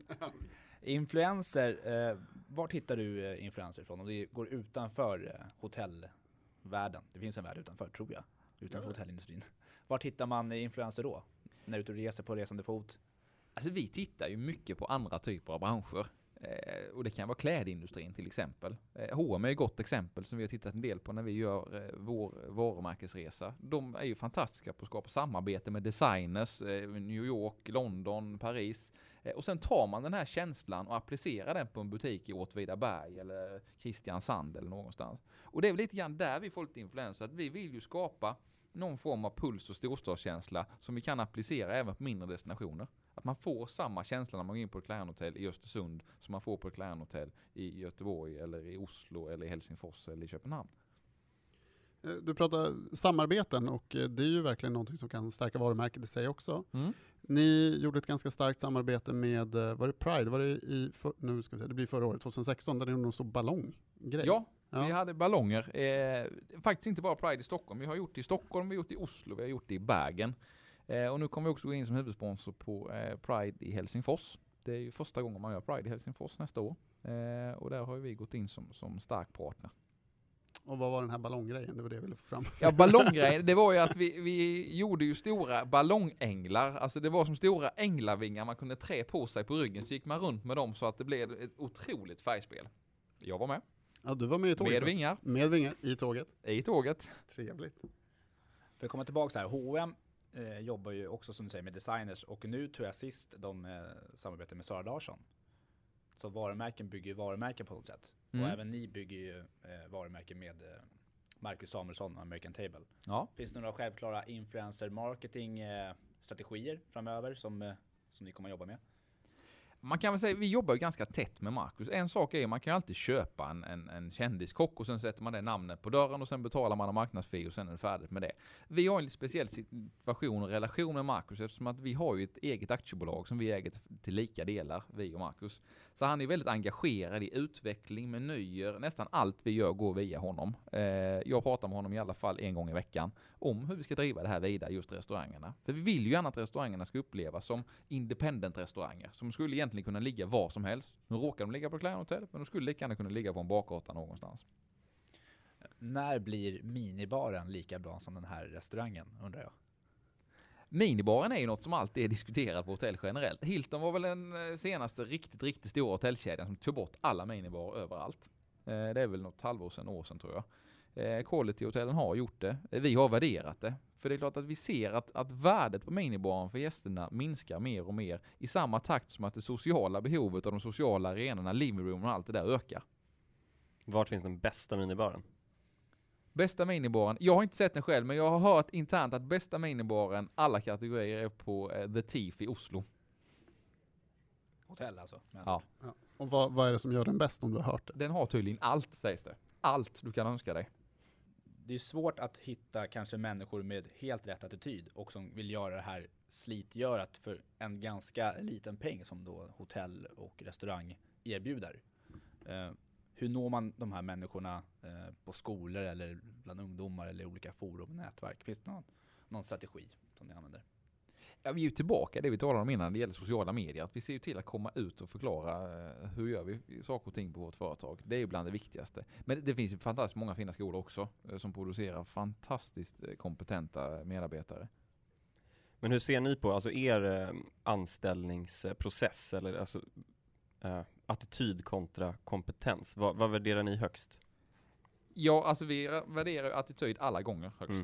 Influencer, vart hittar du influencer ifrån? Om det går utanför hotellvärlden. Det finns en värld utanför, tror jag. Utanför hotellindustrin. Vart hittar man influencer då? När du är ute och reser på resande fot? Alltså vi tittar ju mycket på andra typer av branscher. Och det kan vara klädindustrin till exempel. H&M är ett gott exempel som vi har tittat en del på när vi gör vår varumärkesresa. De är ju fantastiska på att skapa samarbete med designers, New York, London, Paris. Och sen tar man den här känslan och applicerar den på en butik i Åtvidaberg eller Kristiansand eller någonstans. Och det är väl lite grann där vi får lite influens, att vi vill ju skapa någon form av puls- och storstadskänsla som vi kan applicera även på mindre destinationer. Att man får samma känsla när man går in på ett Clarion-hotell i Östersund som man får på ett Clarion-hotell i Göteborg eller i Oslo eller i Helsingfors eller i Köpenhamn. Du pratar samarbeten och det är ju verkligen någonting som kan stärka varumärket i sig också. Mm. Ni gjorde ett ganska starkt samarbete med, var det Pride? Var det nu ska vi se, det blir förra året, 2016, där det är någon stor ballonggrej. Ja, Ja. vi hade ballonger. Faktiskt inte bara Pride i Stockholm. Vi har gjort det i Stockholm, vi har gjort det i Oslo, vi har gjort det i Bergen. Och nu kommer vi också gå in som huvudsponsor på Pride i Helsingfors. Det är ju första gången man gör Pride i Helsingfors nästa år. Och där har vi gått in som stark partner. Och vad var den här ballonggrejen? Det var det jag ville få fram. Ja, ballonggrejen, det var ju att vi gjorde ju stora ballongänglar. Alltså det var som stora änglavingar man kunde trä på sig på ryggen. Så gick man runt med dem så att det blev ett otroligt färgspel. Jag var med. Ja, du var med i tåget. Med alltså. vingar. Med vingar i tåget. I tåget. Trevligt. För att komma tillbaka så här, H&M jobbar ju också som du säger med designers, och nu tror jag sist de samarbetar med Sara Larsson. Så varumärken bygger ju varumärken på något sätt. Mm. Och även ni bygger ju varumärken med Marcus Samuelsson och American Table. Ja. Finns det några självklara influencer marketing strategier framöver som ni kommer att jobba med? Man kan väl säga, vi jobbar ju ganska tätt med Marcus. En sak är ju, man kan ju alltid köpa en kändiskock och sen sätter man det namnet på dörren och sen betalar man en marknadsfee och sen är det färdigt med det. Vi har en speciell situation och relation med Marcus eftersom att vi har ju ett eget aktiebolag som vi äger till lika delar, vi och Marcus. Så han är väldigt engagerad i utveckling, menyer, nästan allt vi gör går via honom. Jag pratar med honom i alla fall en gång i veckan om hur vi ska driva det här vidare, just restaurangerna. För vi vill ju gärna att restaurangerna ska upplevas som independent-restauranger som skulle egentligen kunna ligga var som helst. Nu råkar de ligga på Clarion Hotel, men de skulle lika gärna kunna ligga på en bakgata någonstans. När blir minibaren lika bra som den här restaurangen, undrar jag? Minibaren är ju något som alltid är diskuterat på hotell generellt. Hilton var väl den senaste riktigt stora hotellkedjan som tog bort alla minibarer överallt. Det är väl något år sedan tror jag. Quality-hotellen har gjort det. Vi har värderat det. För det är klart att vi ser att värdet på minibaren för gästerna minskar mer och mer i samma takt som att det sociala behovet av de sociala arenorna, living room och allt det där ökar. Vart finns den bästa minibaren? Bästa minibaren, jag har inte sett den själv, men jag har hört internt att bästa minibaren alla kategorier är på The Thief i Oslo. Hotell alltså? Ja. Ja. Och vad är det som gör den bäst om du har hört det? Den har tydligen allt, sägs det. Allt du kan önska dig. Det är svårt att hitta kanske människor med helt rätt attityd och som vill göra det här slitgörat för en ganska liten peng som då hotell och restaurang erbjuder. Hur når man de här människorna på skolor eller bland ungdomar eller olika forum och nätverk? Finns det någon strategi som ni använder? Ja, vi är ju tillbaka det vi talade om innan det gäller sociala medier. Att vi ser ju till att komma ut och förklara hur gör vi saker och ting på vårt företag. Det är ju bland det viktigaste. Men det finns ju fantastiskt många fina skolor också som producerar fantastiskt kompetenta medarbetare. Men hur ser ni på alltså er anställningsprocess eller alltså attityd kontra kompetens? Vad värderar ni högst? Ja, alltså vi värderar attityd alla gånger högst.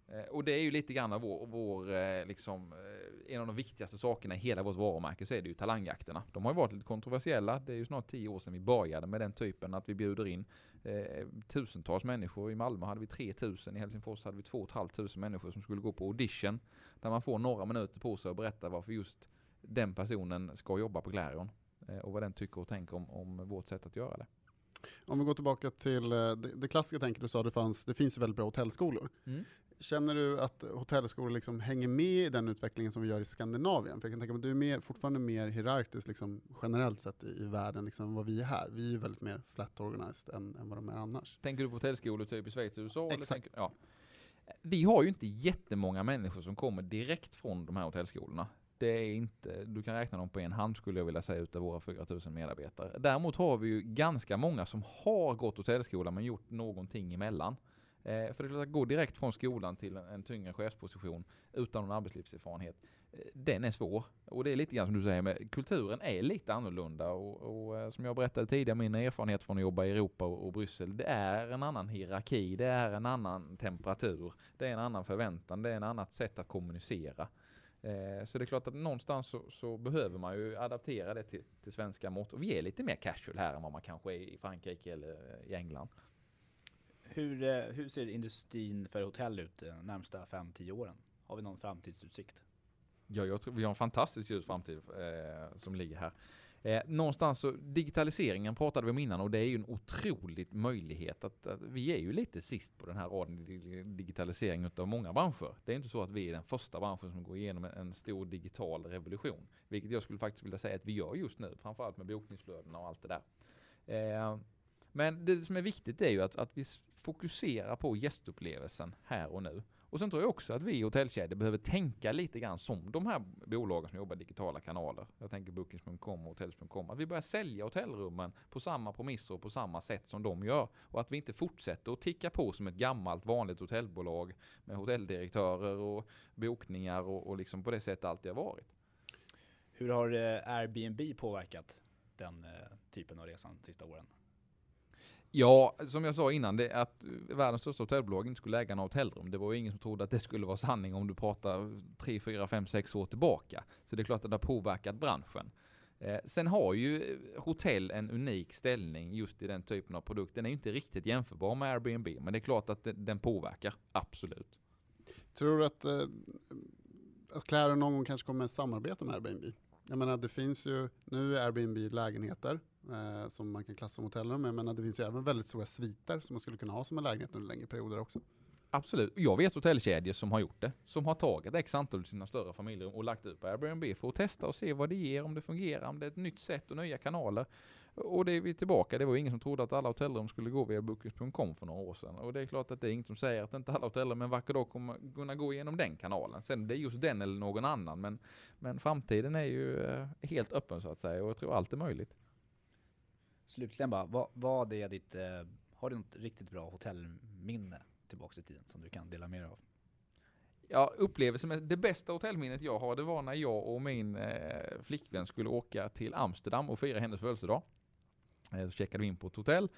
Och det är ju lite grann av vår liksom, en av de viktigaste sakerna i hela vårt varumärke, så är det ju talangjakterna. De har ju varit lite kontroversiella. Det är ju snart 10 år sedan vi började med den typen, att vi bjuder in tusentals människor. I Malmö hade vi 3000, i Helsingfors hade vi 2500 människor som skulle gå på audition, där man får några minuter på sig att berätta varför just den personen ska jobba på Clarion och vad den tycker och tänker om vårt sätt att göra det. Om vi går tillbaka till det klassiska tänket du sa, det finns ju väldigt bra hotellskolor. Känner du att hotellskolor liksom hänger med i den utvecklingen som vi gör i Skandinavien? För jag kan tänka mig att du är fortfarande mer hierarkiskt liksom, generellt sett i världen liksom, vad vi är här. Vi är ju väldigt mer flat organized än vad de är annars. Tänker du på hotellskolor typ i Schweiz och USA? Exakt. Ja. Vi har ju inte jättemånga människor som kommer direkt från de här hotellskolorna. Det är inte, du kan räkna dem på en hand skulle jag vilja säga utav våra 4000 medarbetare. Däremot har vi ju ganska många som har gått hotellskola men gjort någonting emellan. För det är klart att gå direkt från skolan till en tyngre chefsposition utan någon arbetslivserfarenhet, den är svår. Och det är lite grann som du säger, med kulturen är lite annorlunda och som jag berättade tidigare, min erfarenhet från att jobba i Europa och Bryssel, det är en annan hierarki, det är en annan temperatur, det är en annan förväntan, det är en annat sätt att kommunicera. Så det är klart att någonstans så behöver man ju adaptera det till svenska mått. Och vi är lite mer casual här än vad man kanske är i Frankrike eller i England. Hur ser industrin för hotell ut de närmsta 5-10 åren? Har vi någon framtidsutsikt? Ja, jag tror vi har en fantastisk ljus framtid som ligger här. Någonstans så, digitaliseringen pratade vi om innan, och det är ju en otrolig möjlighet att vi är ju lite sist på den här raden digitalisering av många branscher. Det är inte så att vi är den första branschen som går igenom en stor digital revolution, vilket jag skulle faktiskt vilja säga att vi gör just nu, framförallt med bokningsflödena och allt det där. Men det som är viktigt är ju att vi fokuserar på gästupplevelsen här och nu. Och sen tror jag också att vi i hotellkedjor behöver tänka lite grann som de här bolagen som jobbar i digitala kanaler. Jag tänker Bookings.com och Hotels.com. Att vi börjar sälja hotellrummen på samma premisser och på samma sätt som de gör. Och att vi inte fortsätter att ticka på som ett gammalt vanligt hotellbolag med hotelldirektörer och bokningar och liksom på det sättet alltid har varit. Hur har Airbnb påverkat den typen av resan de sista åren? Ja, som jag sa innan, det att världens största hotellbolag inte skulle äga några hotellrum. Det var ju ingen som trodde att det skulle vara sanning om du pratar 3, 4, 5, 6 år tillbaka. Så det är klart att det har påverkat branschen. Sen har ju hotell en unik ställning just i den typen av produkt. Den är ju inte riktigt jämförbar med Airbnb, men det är klart att den påverkar, absolut. Tror du att Clarion någon gång kanske kommer samarbeta med Airbnb? Jag menar, det finns ju, nu är Airbnb lägenheter som man kan klassa som hotellrum med, men det finns ju även väldigt stora sviter som man skulle kunna ha som en lägenhet under längre perioder också. Absolut. Jag vet hotellkedjor som har gjort det. Som har tagit x antal sina större familjer och lagt ut på Airbnb för att testa och se vad det ger, om det fungerar, om det är ett nytt sätt och nya kanaler. Och det är vi tillbaka. Det var ingen som trodde att alla hotellrum skulle gå via Bookings.com för några år sedan. Och det är klart att det är inget som säger att inte alla hotellrum en vacker dag kommer kunna gå igenom den kanalen. Sen det är just den eller någon annan. Men framtiden är ju helt öppen så att säga. Och jag tror allt är möjligt. Slutligen bara, vad är ditt, har du något riktigt bra hotellminne tillbaka i tiden som du kan dela med dig av? Ja, upplevelsen med det bästa hotellminnet jag har, det var när jag och min flickvän skulle åka till Amsterdam och fira hennes födelsedag. Så checkade vi in på ett hotell.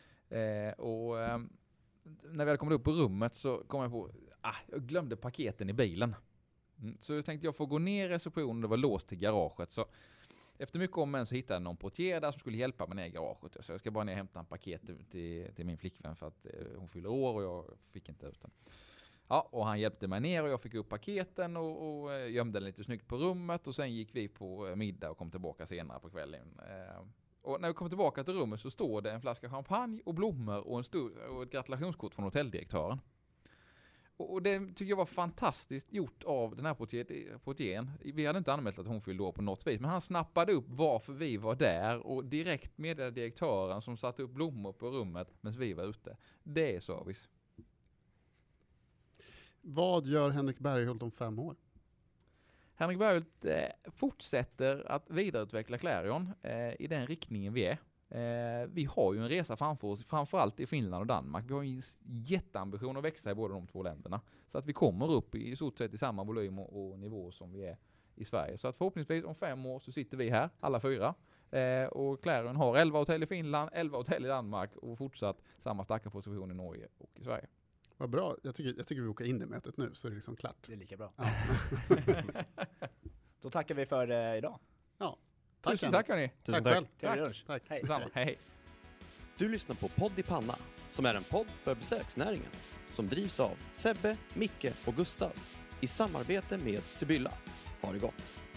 När vi hade kommit upp på rummet så kom jag på, jag glömde paketen i bilen. Så jag tänkte jag får gå ner i receptionen, det var låst till garaget. Så efter mycket om så hittade jag någon portier där som skulle hjälpa mig ner i garaget. Så jag ska bara ner och hämta en paket till min flickvän för att hon fyller år och jag fick inte ut den. Ja, och han hjälpte mig ner och jag fick upp paketen och gömde den lite snyggt på rummet. Och sen gick vi på middag och kom tillbaka senare på kvällen. Och när vi kom tillbaka till rummet så står det en flaska champagne och blommor och ett gratulationskort från hotelldirektören. Och det tycker jag var fantastiskt gjort av den här portieren. Vi hade inte anmält att hon fyllde år på något vis, men han snappade upp varför vi var där och direkt meddelade direktören som satte upp blommor på rummet medan vi var ute. Det är service. Vad gör Henrik Berghult om 5 år? Henrik Berghult fortsätter att vidareutveckla Clarion i den riktningen vi är. Vi har ju en resa framför oss, framförallt i Finland och Danmark. Vi har en jätteambition att växa i båda de 2 länderna. Så att vi kommer upp i stort sett i samma volym och nivå som vi är i Sverige. Så att förhoppningsvis om 5 år så sitter vi här, alla 4. Och Clarion har 11 hotell i Finland, 11 hotell i Danmark och fortsatt samma starka position i Norge och i Sverige. Vad bra. Jag tycker vi åker in i mötet nu så är det liksom klart. Det är lika bra. Ja. Då tackar vi för idag. Ja. Tusen tack hörni. Tusen Tack själv. Trevlig lunch. Tack. Hej. Detsamma. Hej. Du lyssnar på Podd i Panna, som är en podd för besöksnäringen, som drivs av Sebbe, Micke och Gustav i samarbete med Sibylla. Ha det gott!